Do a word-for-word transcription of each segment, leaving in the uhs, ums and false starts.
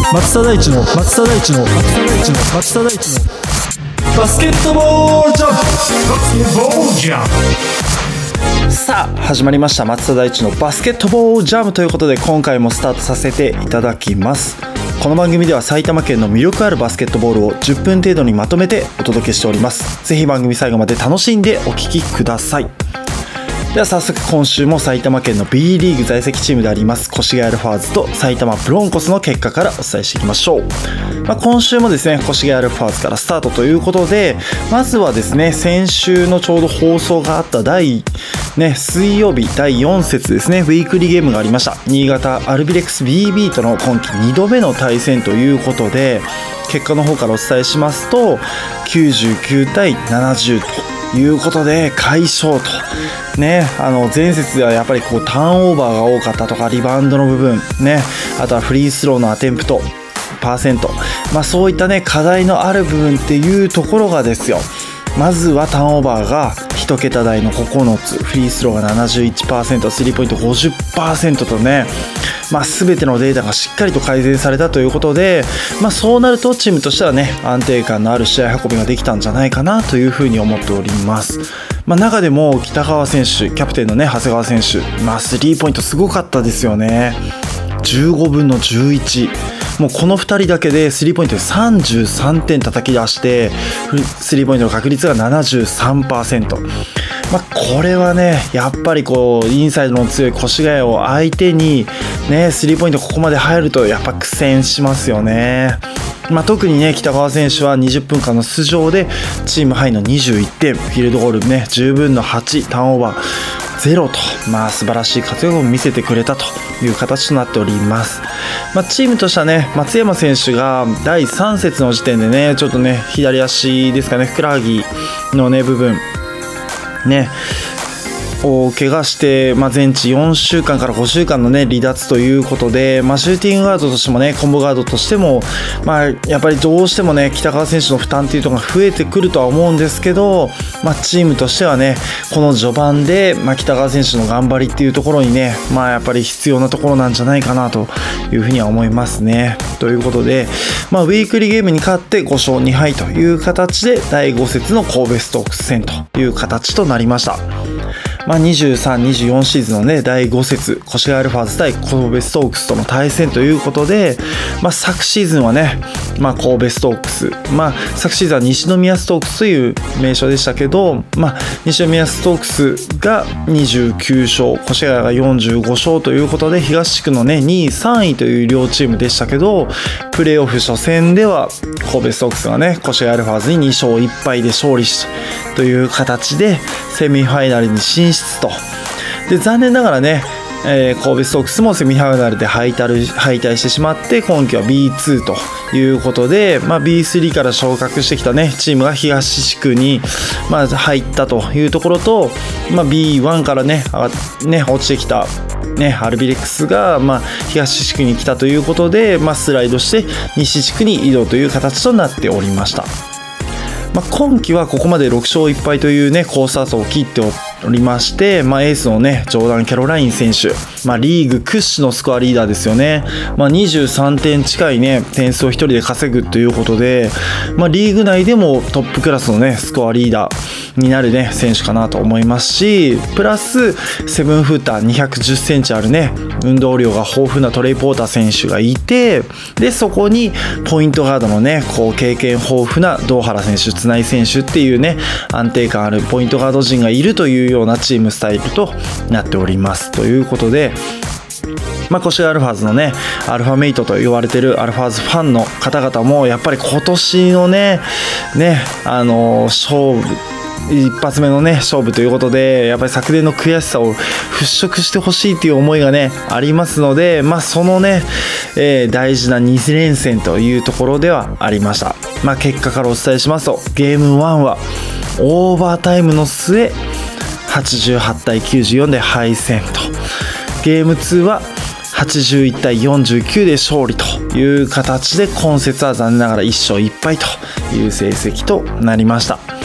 松田大地の松田大地の松田大地の松田大地のバスケットボールジャンプバスケットボールジャンプ。さあ始まりました松田大地のバスケットボールジャムということで、今回もスタートさせていただきます。この番組では埼玉県の魅力あるバスケットボールをじゅっぷん程度にまとめてお届けしております。ぜひ番組最後まで楽しんでお聞きください。では早速今週も埼玉県の B リーグ在籍チームであります越谷アルファーズと埼玉ブロンコスの結果からお伝えしていきましょう。まあ、今週もですね越谷アルファーズからスタートということで、まずはですね先週のちょうど放送があった第ね水曜日だいよん節ですね、ウィークリーゲームがありました。新潟アルビレックス ビービー との今季にどめの対戦ということで、結果の方からお伝えしますときゅうじゅうきゅうたいななじゅうということで快勝とね、あの前節ではやっぱりこうターンオーバーが多かったとか、リバウンドの部分ね、あとはフリースローのアテンプトパーセント、まあそういったね課題のある部分っていうところがですよ、まずはターンオーバーがいち桁台のここのつ、フリースローが ななじゅういちパーセント、スリーポイント ごじゅっパーセント とね、まあ、全てのデータがしっかりと改善されたということで、まあ、そうなるとチームとしてはね安定感のある試合運びができたんじゃないかなというふうに思っております。まあ、中でも北川選手、キャプテンのね長谷川選手、まあ、スリーポイントすごかったですよね。じゅうごぶんのじゅういち、もうこのふたりだけでスリーポイントでさんじゅうさんてん叩き出して、スリーポイントの確率が ななじゅうさんパーセント、まあ、これはねやっぱりこうインサイドの強い越谷を相手にねスリーポイントここまで入るとやっぱ苦戦しますよね。まあ、特にね北川選手はにじゅっぷんかんの出場でチームハイのにじゅういってん、フィールドゴールねじゅうぶんのはち、ターンオーバーゼロと、まあ素晴らしい活躍を見せてくれたという形となっております。まあ、チームとしてはね松山選手がだいさん節の時点でねちょっとね左足ですかね、ふくらはぎのね部分ねを怪我して、まあ、全治よんしゅうかんからごしゅうかんのね離脱ということで、まあ、シューティングガードとしてもねコンボガードとしても、まあ、やっぱりどうしてもね北川選手の負担っていうのが増えてくるとは思うんですけど、まあ、チームとしてはねこの序盤で、まあ、北川選手の頑張りっていうところにね、まあ、やっぱり必要なところなんじゃないかなというふうには思いますね。ということで、まあ、ウィークリーゲームに勝ってごしょうにはいという形でだいご節の神戸ストークス戦という形となりました。まあ、にじゅうさん、にじゅうよんシーズンのねだいご節越谷アルファーズ対神戸ストークスとの対戦ということで、まあ、昨シーズンはね、まあ、神戸ストークス、まあ、昨シーズンは西宮ストークスという名称でしたけど、まあ、西宮ストークスがにじゅうきゅうしょう、越谷がよんじゅうごしょうということで東地区のねにいさんいという両チームでしたけど、プレーオフ初戦では神戸ストークスがね越谷アルファーズににしょういっぱいで勝利しという形でセミファイナルに進出と。で残念ながらね、えー、神戸ストークスもセミファイナルで敗退、敗退してしまって今季は ビーツー ということで、まあ、ビースリー から昇格してきたねチームが東地区に、まあ、入ったというところと、まあ、ビーワン からね、ね落ちてきたね、アルビレックスが、まあ、東地区に来たということで、まあ、スライドして西地区に移動という形となっておりました。まあ、今季はここまでろくしょういっぱいというね好スタートを切っておりまして、まあ、エースのねジョーダン・キャロライン選手、まあ、リーグ屈指のスコアリーダーですよね。まあ、にじゅうさんてん近いね点数を一人で稼ぐということで、まあ、リーグ内でもトップクラスのねスコアリーダーになるね選手かなと思いますし、プラスセブンフーターにひゃくじゅっセンチあるね運動量が豊富なトレイ・ポーター選手がいて、でそこにポイントガードのねこう経験豊富な堂原選手、綱井選手っていうね安定感あるポイントガード陣がいるというようなチームスタイルとなっておりますということで、まあ、越谷アルファーズのねアルファメイトと言われてるアルファーズファンの方々もやっぱり今年のねねあの勝負一発目のね勝負ということでやっぱり昨年の悔しさを払拭してほしいという思いがねありますので、まあ、そのね、えー、大事なに連戦というところではありました。まあ、結果からお伝えしますとゲームワンはオーバータイムの末はちじゅうはちたいきゅうじゅうよんで敗戦と、ゲームツーははちじゅういちたいよんじゅうきゅうで勝利という形で今節は残念ながらいっしょういっぱいという成績となりました。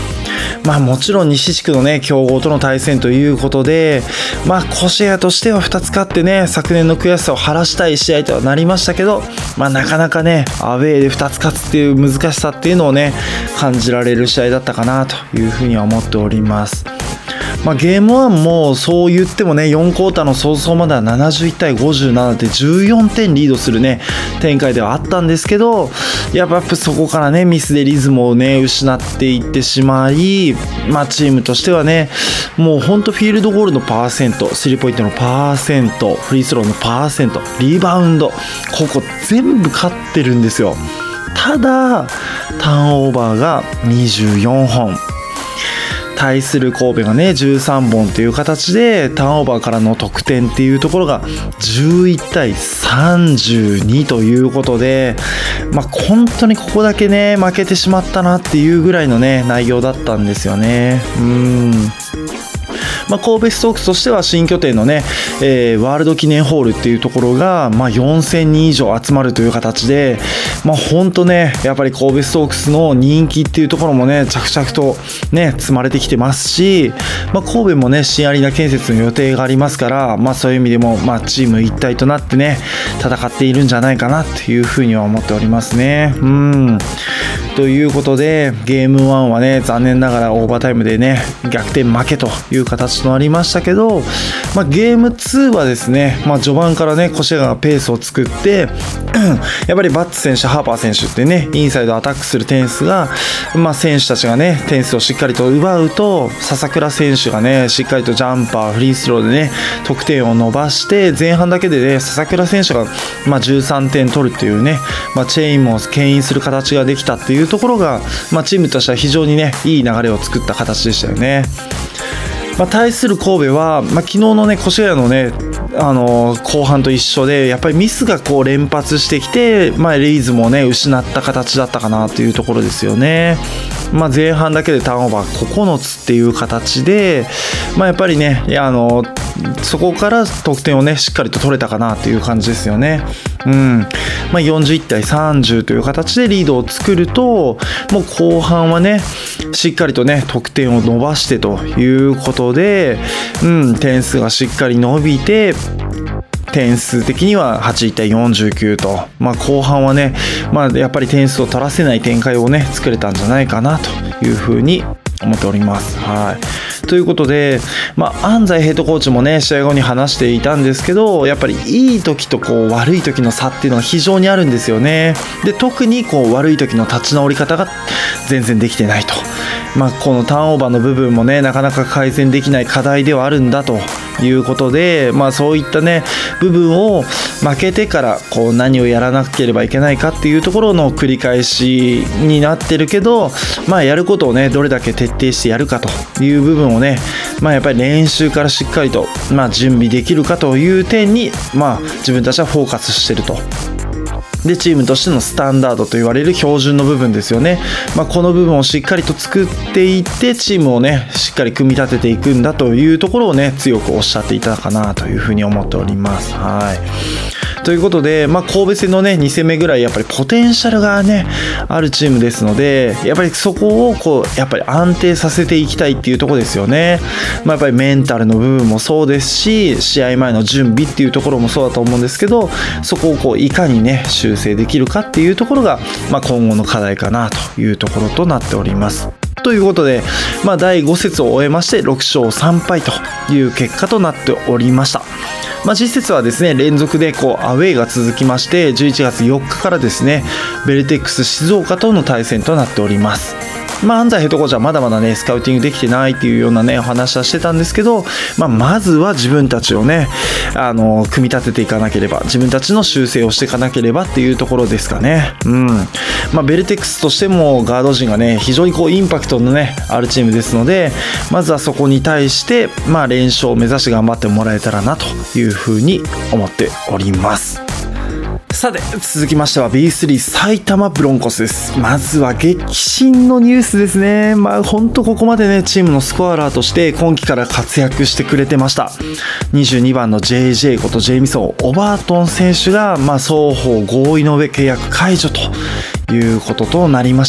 まあもちろん西地区のね強豪との対戦ということで、まあコシアとしてはふたつ勝ってね昨年の悔しさを晴らしたい試合とはなりましたけど、まあなかなかねアウェーでふたつ勝つっていう難しさっていうのをね感じられる試合だったかなというふうには思っております。まあ、ゲームワンもそう言ってもねよんクォーターの早々まではななじゅういちたいごじゅうななでじゅうよんてんリードするね展開ではあったんですけど、やっぱそこからねミスでリズムをね失っていってしまい、まあ、チームとしてはねもうほんとフィールドゴールのパーセント、スリーポイントのパーセント、フリースローのパーセント、リバウンド、ここ全部勝ってるんですよ。ただターンオーバーがにじゅうよんほん、対する神戸がねじゅうさんぼんという形でターンオーバーからの得点っていうところがじゅういちたいさんじゅうにということで、まあ本当にここだけね負けてしまったなっていうぐらいのね内容だったんですよね。うーんまあ、神戸ストークスとしては新拠点のね、えー、ワールド記念ホールっていうところが、まあ、よんせんにん以上集まるという形で、まあ、ほんとねやっぱり神戸ストークスの人気っていうところもね着々とね積まれてきてますし、まあ、神戸もね新アリーナ建設の予定がありますから、まあ、そういう意味でも、まあ、チーム一体となってね戦っているんじゃないかなっていうふうには思っておりますね。うんということでゲームワンはね残念ながらオーバータイムでね逆転負けという形となりましたけど、まあ、ゲームツーはですね、まあ、序盤からね越谷がペースを作ってやっぱりバッツ選手、ハーパー選手ってねインサイドアタックする点数が、まあ、選手たちがね点数をしっかりと奪うと笹倉選手がねしっかりとジャンパー、フリースローでね得点を伸ばして前半だけでね笹倉選手が、まあ、じゅうさんてん取るっていうね、まあ、チェインも牽引する形ができたっていうところが、まあ、チームとしては非常にねいい流れを作った形でしたよね。まあ、対する神戸は、まあ、昨日のね越谷のねあのー、後半と一緒でやっぱりミスがこう連発してきて、まあ、リズムをね失った形だったかなというところですよね。まあ、前半だけでターンオーバーここのつっていう形で、まあ、やっぱりねあのー、そこから得点をねしっかりと取れたかなという感じですよね。うんまあ、よんじゅういちたいさんじゅうという形でリードを作るともう後半はねしっかりとね得点を伸ばしてということで、うん、点数がしっかり伸びて点数的にははちじゅういちたいよんじゅうきゅうと、まあ、後半はね、まあ、やっぱり点数を取らせない展開をね作れたんじゃないかなというふうに思っております。はいということで、まあ、安西ヘッドコーチもね試合後に話していたんですけど、やっぱりいい時とこう悪い時の差っていうのが非常にあるんですよね。で特にこう悪い時の立ち直り方が全然できてないと、まあ、このターンオーバーの部分もねなかなか改善できない課題ではあるんだということで、まあ、そういったね部分を負けてからこう何をやらなければいけないかっていうところの繰り返しになってるけど、まあ、やることをねどれだけ徹底してやるかという部分をね、まあ、やっぱり練習からしっかりと、まあ、準備できるかという点に、まあ、自分たちはフォーカスしてると。でチームとしてのスタンダードと言われる標準の部分ですよね、まあ、この部分をしっかりと作っていってチームをねしっかり組み立てていくんだというところをね強くおっしゃっていたかなというふうに思っております。はいということで、まあ、神戸戦のねに戦目ぐらいやっぱりポテンシャルがねあるチームですので、やっぱりそこをこうやっぱり安定させていきたいっていうところですよね。まあ、やっぱりメンタルの部分もそうですし試合前の準備っていうところもそうだと思うんですけど、そこをこういかにね修正できるかっていうところが、まあ、今後の課題かなというところとなっております。ということで、まあ、だいご節を終えましてろくしょうさんぱいという結果となっておりました。まあ、次節はですね連続でこうアウェーが続きまして、じゅういちがつよっかからですねベルテックス静岡との対戦となっております。まあ、安西ヘッドコーチはまだまだねスカウティングできてないっていうようなねお話はしてたんですけど、まあ、まずは自分たちをねあの組み立てていかなければ、自分たちの修正をしていかなければっていうところですかね。うんまあ、ベルテックスとしてもガード陣がね非常にこうインパクトのねあるチームですので、まずはそこに対してまあ連勝を目指して頑張ってもらえたらなというふうに思っております。さて続きましては ビースリー 埼玉ブロンコスです。まずは激震のニュースですね。まあ本当ここまでねチームのスコアラーとして今季から活躍してくれてました。にじゅうにばんの ジェイジェイ ことジェイミソン・オバートン選手が、まあ、双方合意の上契約解除ということとなりました。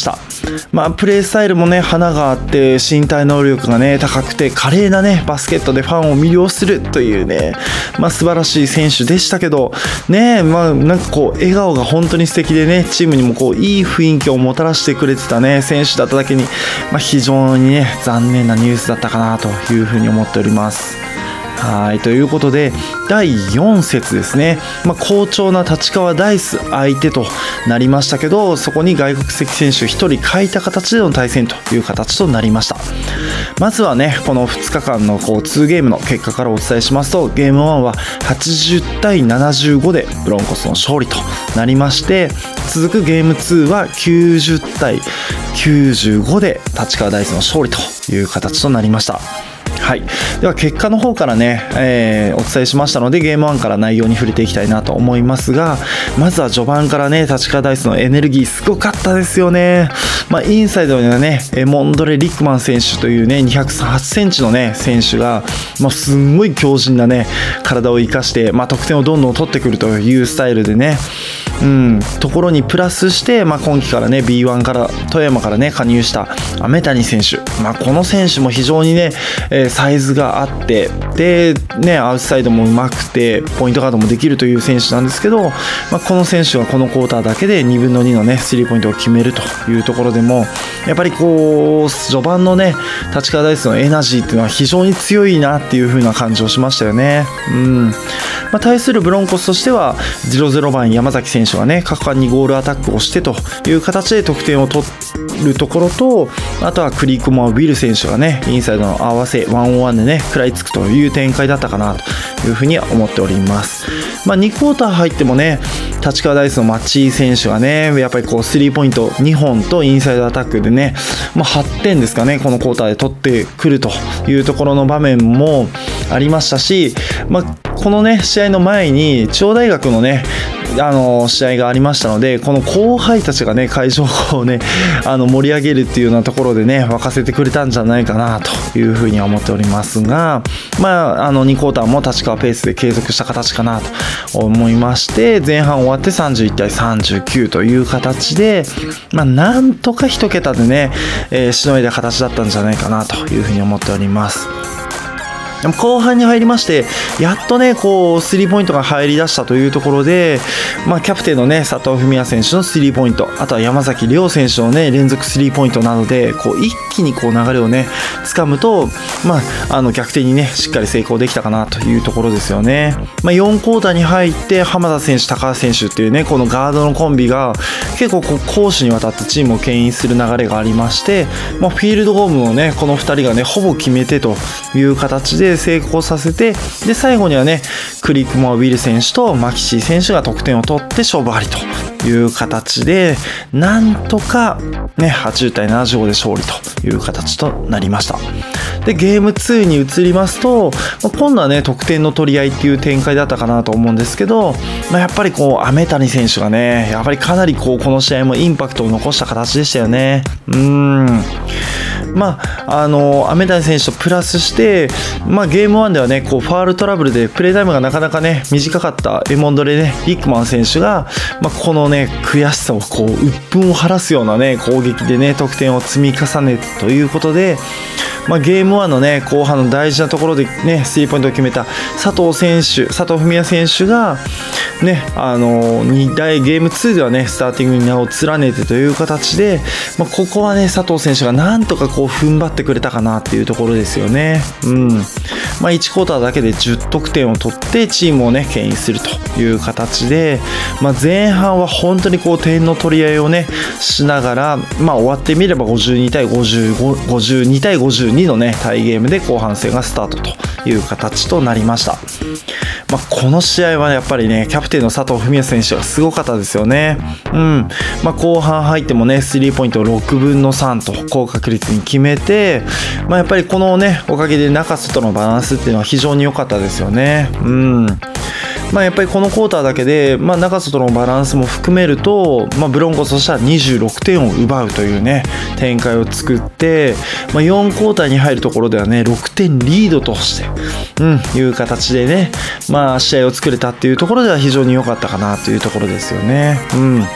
まあ、プレースタイルもね花があって身体能力がね高くて華麗なねバスケットでファンを魅了するというね、まあ、素晴らしい選手でしたけどね、まあ、なんかこう笑顔が本当に素敵でねチームにもこういい雰囲気をもたらしてくれてたね選手だっただけに、まあ、非常にね残念なニュースだったかなというふうに思っております。はいということでだいよん節ですね、まあ、好調な立川ダイス相手となりましたけど、そこに外国籍選手ひとり欠いた形での対戦という形となりました。まずはねこのふつかかんのこうにゲームの結果からお伝えしますと、ゲームワンははちじゅうたいななじゅうごでブロンコスの勝利となりまして、続くゲームツーはきゅうじゅうたいきゅうじゅうごで立川ダイスの勝利という形となりました。はい、では結果の方からね、えー、お伝えしましたのでゲームワンから内容に触れていきたいなと思いますが、まずは序盤からね立川ダイスのエネルギーすごかったですよね。まあ、インサイドにはねモンドレ・リックマン選手というねにひゃくはちセンチのね選手が、まあ、すんごい強靭なね体を生かして、まあ、得点をどんどん取ってくるというスタイルでね、うん、ところにプラスして、まあ、今季からね ビーワン から富山からね加入した飴谷選手、まあ、この選手も非常にね、えー、サイズがあってでねアウトサイドもうまくてポイントガードもできるという選手なんですけど、まあ、この選手はこのクォーターだけでにぶんのにのねスリーポイントを決めるというところでもやっぱりこう序盤のね立川ダイスのエナジーっていうのは非常に強いなっていう風な感じをしましたよね。うん、まあ、対するブロンコスとしてはゼロゼロばん山崎選手がね果敢にゴールアタックをしてという形で得点を取るところと、あとはクリークモア・ウィル選手がねインサイドの合わせワンオンワンでね食らいつくという展開だったかなというふうには思っております。まあ、にクォーター入ってもね立川ダイスのマッチー選手がねやっぱりこうスリーポイントにほんとインサイドアタックでね、まあ、はってんですかねこのクォーターで取ってくるというところの場面もありましたし、まあ、このね試合の前に中央大学のねあの試合がありましたので、この後輩たちがね会場をねあの盛り上げるっていうようなところでね沸かせてくれたんじゃないかなというふうには思っておりますが、まああのにクォーターも立川ペースで継続した形かなと思いまして、前半終わってさんじゅういちたいさんじゅうきゅうという形で、まあ、なんとか一桁でね、えー、しのいだ形だったんじゃないかなというふうに思っております。でも後半に入りましてやっとねこうスリーポイントが入り出したというところで、まあ、キャプテンのね佐藤文也選手のスリーポイント、あとは山崎亮選手のね連続スリーポイントなどでこう一気にこう流れをね掴むと、まあ、あの逆転にねしっかり成功できたかなというところですよね。まあ、よんクォーターに入って浜田選手高橋選手っていうねこのガードのコンビが結構こう攻守にわたってチームを牽引する流れがありまして、まあ、フィールドゴームをねこのふたりがねほぼ決めてという形で成功させて、で最後にはねクリークモア・ウィル選手とマキシー選手が得点を取って勝負ありという形でなんとかねはちじゅうたいななじゅうごで勝利という形となりました。でゲームツーに移りますと、まあ、今度はね得点の取り合いっていう展開だったかなと思うんですけど、まあ、やっぱりこう飴谷選手がねやっぱりかなりこうこの試合もインパクトを残した形でしたよね。うーんまああの飴谷選手とプラスして、まあ、ゲームワンではねこうファールトラブルでプレータイムがなかなかね短かったエモンドレねリックマン選手が、まあ、このね悔しさをこう鬱憤を晴らすようなね攻撃でね得点を積み重ねということで、まあ、ゲームワンのね後半の大事なところでねスリーポイントを決めた佐藤選手佐藤文也選手がねあのに大ゲームツーではねスターティングに名を連ねてという形で、まあ、ここはね佐藤選手がなんとかこう踏ん張ってくれたかなっていうところですよね。うんまあ、いちクォーターだけでじゅってんを取ってチームをね牽引するという形で、まあ、前半は本当にこう点の取り合いをねしながら、まあ、終わってみればごじゅうにたいごじゅうご、ごじゅうにたいごじゅうにのねタイゲームで後半戦がスタートという形となりました。まあ、この試合はやっぱりねキャプテンの佐藤文也選手がすごかったですよね。うんまあ、後半入ってもねスリーポイントをろくぶんのさんと高確率に決めて、まあ、やっぱりこのねおかげで中洲とのバランスっていうのは非常に良かったですよね。うんまあ、やっぱりこのクォーターだけで、まあ、中洲とのバランスも含めると、まあ、ブロンコスとしてはにじゅうろくてんを奪うというね展開を作って、まあ、よんクォーターに入るところではねろくてんリードとして、うん、いう形でね、まあ、試合を作れたっていうところでは非常に良かったかなというところですよね。うん、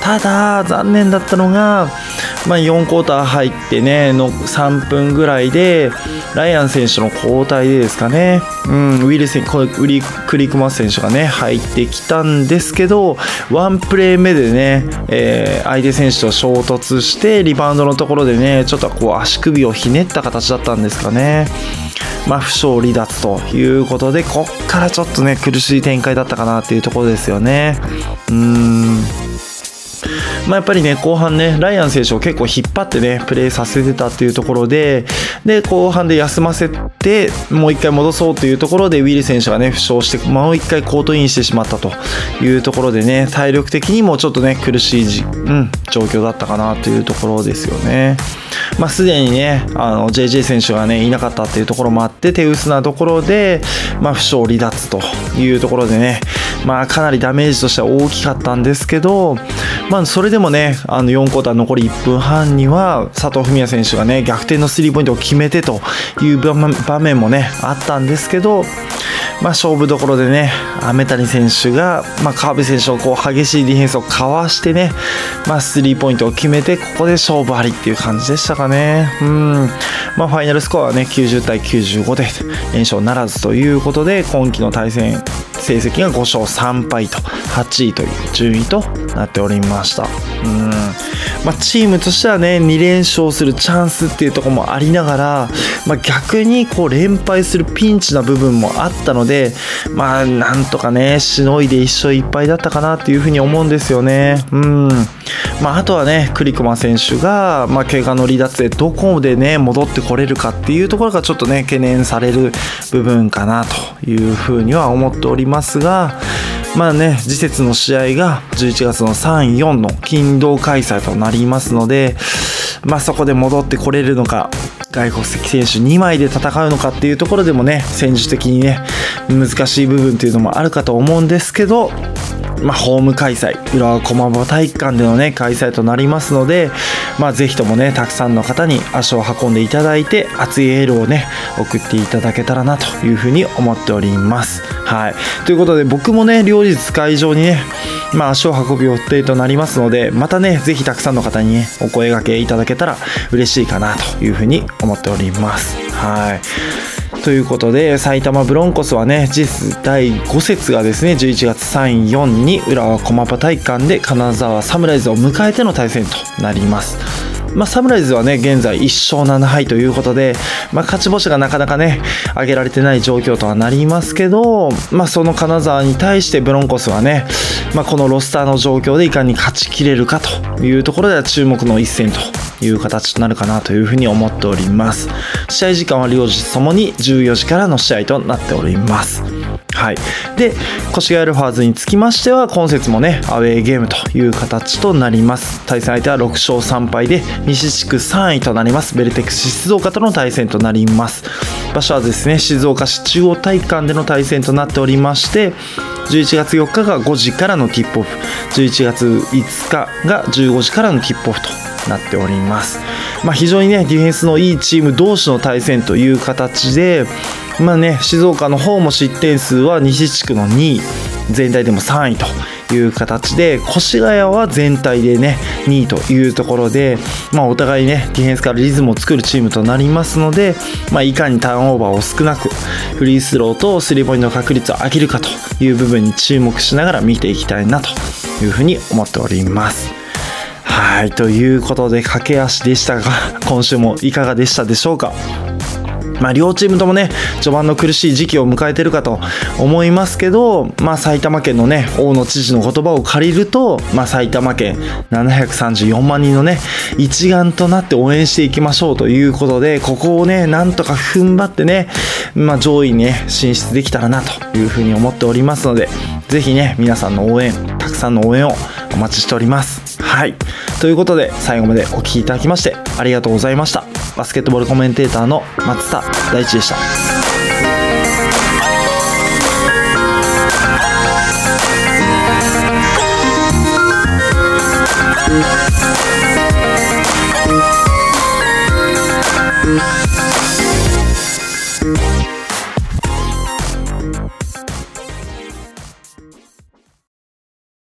ただ残念だったのが、まあ、よんクォーター入ってねのさんぷんぐらいでライアン選手の交代でですかね、うん、ウィル選手、ウリクリクマス選手がね入ってきたんですけど、ワンプレー目でね、えー、相手選手と衝突してリバウンドのところでねちょっとこう足首をひねった形だったんですかね。まあ、負傷離脱ということで、こっからちょっとね苦しい展開だったかなっていうところですよね。うーんまあ、やっぱりね後半ねライアン選手を結構引っ張ってねプレーさせてたっていうところで、で後半で休ませてもう一回戻そうというところでウィル選手がね負傷してもう一回コートインしてしまったというところでね、体力的にもちょっとね苦しいじ、うん、状況だったかなというところですよね。まあ、すでにねあの ジェイジェイ 選手がねいなかったっていうところもあって手薄なところで、まあ、負傷離脱というところでね、まあ、かなりダメージとしては大きかったんですけど、まあ、それでもねあのよんクォーター残りいっぷんはんには佐藤文也選手がね逆転のスリーポイントを決めてという場面もねあったんですけど、まあ、勝負どころでね飴谷選手が、まあ、川辺選手をこう激しいディフェンスをかわしてね、まあ、スリーポイントを決めてここで勝負ありっていう感じでしたかね。うん、まあ、ファイナルスコアはねきゅうじゅうたいきゅうじゅうごで連勝ならずということで、今季の対戦成績がごしょうさんぱいとはちいという順位となっておりました。うん、まあ、チームとしてはねに連勝するチャンスっていうところもありながら、まあ、逆にこう連敗するピンチな部分もあったので、まあなんとかねしのいでいっしょういっぱいだったかなっていうふうに思うんですよね。うん、まあ、あとはねクリクマン選手が、まあ、怪我の離脱でどこでね戻ってこれるかっていうところがちょっとね懸念される部分かなというふうには思っておりますが、まあね次節の試合がじゅういちがつのさん、よんの金土開催となりますので、まあそこで戻ってこれるのか、外国籍選手にまいで戦うのかっていうところでもね戦術的にね難しい部分っていうのもあるかと思うんですけど、まあ、ホーム開催浦和駒場体育館でのね開催となりますので、まあ、ぜひともねたくさんの方に足を運んでいただいて熱いエールをね送っていただけたらなというふうに思っております。はい、ということで僕もね両日会場にね、まあ、足を運ぶ予定となりますので、またねぜひたくさんの方にねお声掛けいただけたら嬉しいかなというふうに思っております。はい、ということで埼玉ブロンコスはね実だいご節がですねじゅういちがつさん、よんに浦和駒場体育館で金沢サムライズを迎えての対戦となります。まあ、サムライズはね現在いっしょうななはいということで、まあ、勝ち星がなかなかね上げられてない状況とはなりますけど、まあ、その金沢に対してブロンコスはね、まあ、このロスターの状況でいかに勝ちきれるかというところでは注目の一戦という形となるかなというふうに思っております。試合時間は両日ともにじゅうよじからの試合となっております。はい、で越谷アルファーズにつきましては今節もねアウェーゲームという形となります。対戦相手はろくしょうさんぱいで西地区さんいとなりますベルテックス静岡との対戦となります。場所はですね静岡市中央体育館での対戦となっておりまして、じゅういちがつよっかがごじからのティップオフ、じゅういちがついつかがじゅうごじからのティップオフとなっております。まあ、非常にねディフェンスのいいチーム同士の対戦という形で、まあね静岡の方も失点数は西地区のにい、全体でもさんいという形で、越谷は全体でねにいというところで、まあ、お互いねディフェンスからリズムを作るチームとなりますので、まあ、いかにターンオーバーを少なくフリースローとスリーポイントの確率を上げるかという部分に注目しながら見ていきたいなというふうに思っております。はい、ということで駆け足でしたが今週もいかがでしたでしょうか。まあ、両チームともね序盤の苦しい時期を迎えているかと思いますけど、まあ、埼玉県のね大野知事の言葉を借りると、まあ、埼玉県ななひゃくさんじゅうよんまんにんのね一丸となって応援していきましょうということで、ここをねなんとか踏ん張ってね、まあ、上位にね進出できたらなというふうに思っておりますので、ぜひね皆さんの応援たくさんの応援をお待ちしております。はい、ということで最後までお聞きいただきましてありがとうございました。バスケットボールコメンテーターの松田大地でした。